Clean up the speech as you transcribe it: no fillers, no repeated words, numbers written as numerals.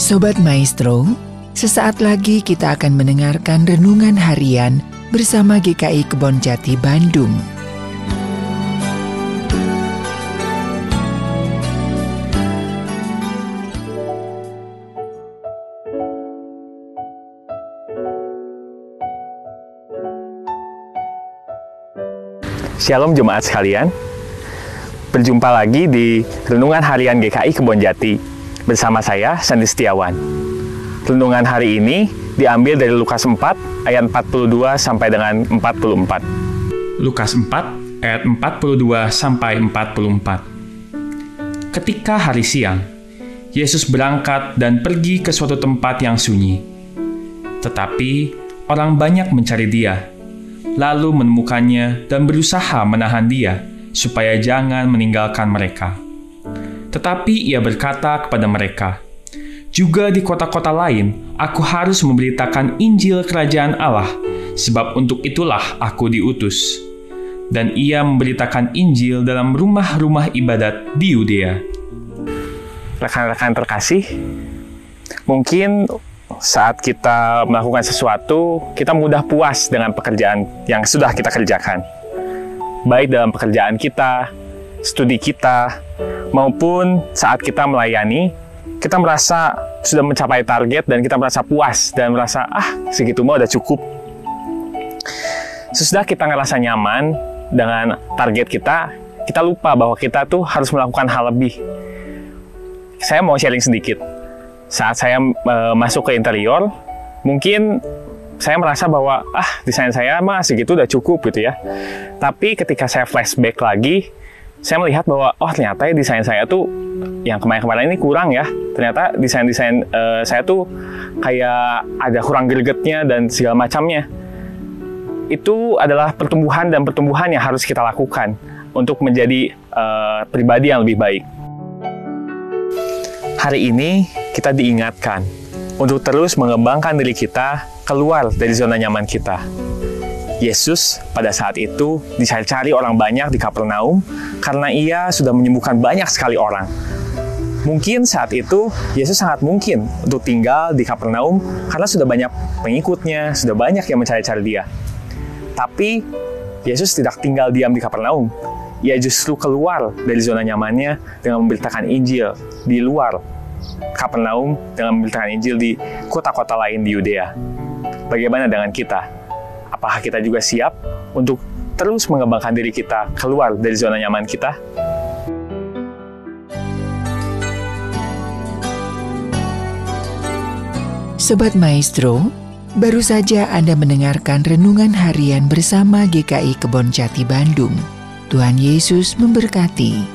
Sobat Maestro, sesaat lagi kita akan mendengarkan renungan harian bersama GKI Kebonjati Bandung. Shalom jemaat sekalian, berjumpa lagi di Renungan Harian GKI Kebonjati bersama saya, Sandi Setiawan. Renungan hari ini diambil dari Lukas 4 ayat 42 sampai dengan 44. Lukas 4 ayat 42 sampai 44. Ketika hari siang, Yesus berangkat dan pergi ke suatu tempat yang sunyi. Tetapi orang banyak mencari Dia, lalu menemukannya dan berusaha menahan Dia supaya jangan meninggalkan mereka. Tetapi Ia berkata kepada mereka, "Juga di kota-kota lain aku harus memberitakan Injil Kerajaan Allah, sebab untuk itulah aku diutus." Dan Ia memberitakan Injil dalam rumah-rumah ibadat di Yudea. Rekan-rekan terkasih, mungkin saat kita melakukan sesuatu, kita mudah puas dengan pekerjaan yang sudah kita kerjakan. Baik dalam pekerjaan kita, studi kita, maupun saat kita melayani, kita merasa sudah mencapai target dan kita merasa puas dan merasa, segitu mah udah cukup. Sesudah kita ngerasa nyaman dengan target kita lupa bahwa kita tuh harus melakukan hal lebih. Saya mau sharing sedikit. Saat saya masuk ke interior, mungkin saya merasa bahwa desain saya mah segitu udah cukup gitu ya. Tapi ketika saya flashback lagi, saya melihat bahwa ternyata desain saya tuh yang kemarin-kemarin ini kurang ya. Ternyata desain-desain saya tuh kayak ada kurang gregetnya dan segala macamnya. Itu adalah pertumbuhan yang harus kita lakukan untuk menjadi pribadi yang lebih baik. Hari ini kita diingatkan untuk terus mengembangkan diri kita keluar dari zona nyaman kita. Yesus pada saat itu dicari orang banyak di Kapernaum karena Ia sudah menyembuhkan banyak sekali orang. Mungkin saat itu Yesus sangat mungkin untuk tinggal di Kapernaum karena sudah banyak pengikutnya, sudah banyak yang mencari-cari Dia. Tapi Yesus tidak tinggal diam di Kapernaum. Ia justru keluar dari zona nyamannya dengan memberitakan Injil di luar Kapernaum, dengan memberitakan Injil di kota-kota lain di Yudea. Bagaimana dengan kita? Apakah kita juga siap untuk terus mengembangkan diri kita keluar dari zona nyaman kita? Sobat Maestro, baru saja Anda mendengarkan Renungan Harian bersama GKI Kebonjati Bandung. Tuhan Yesus memberkati.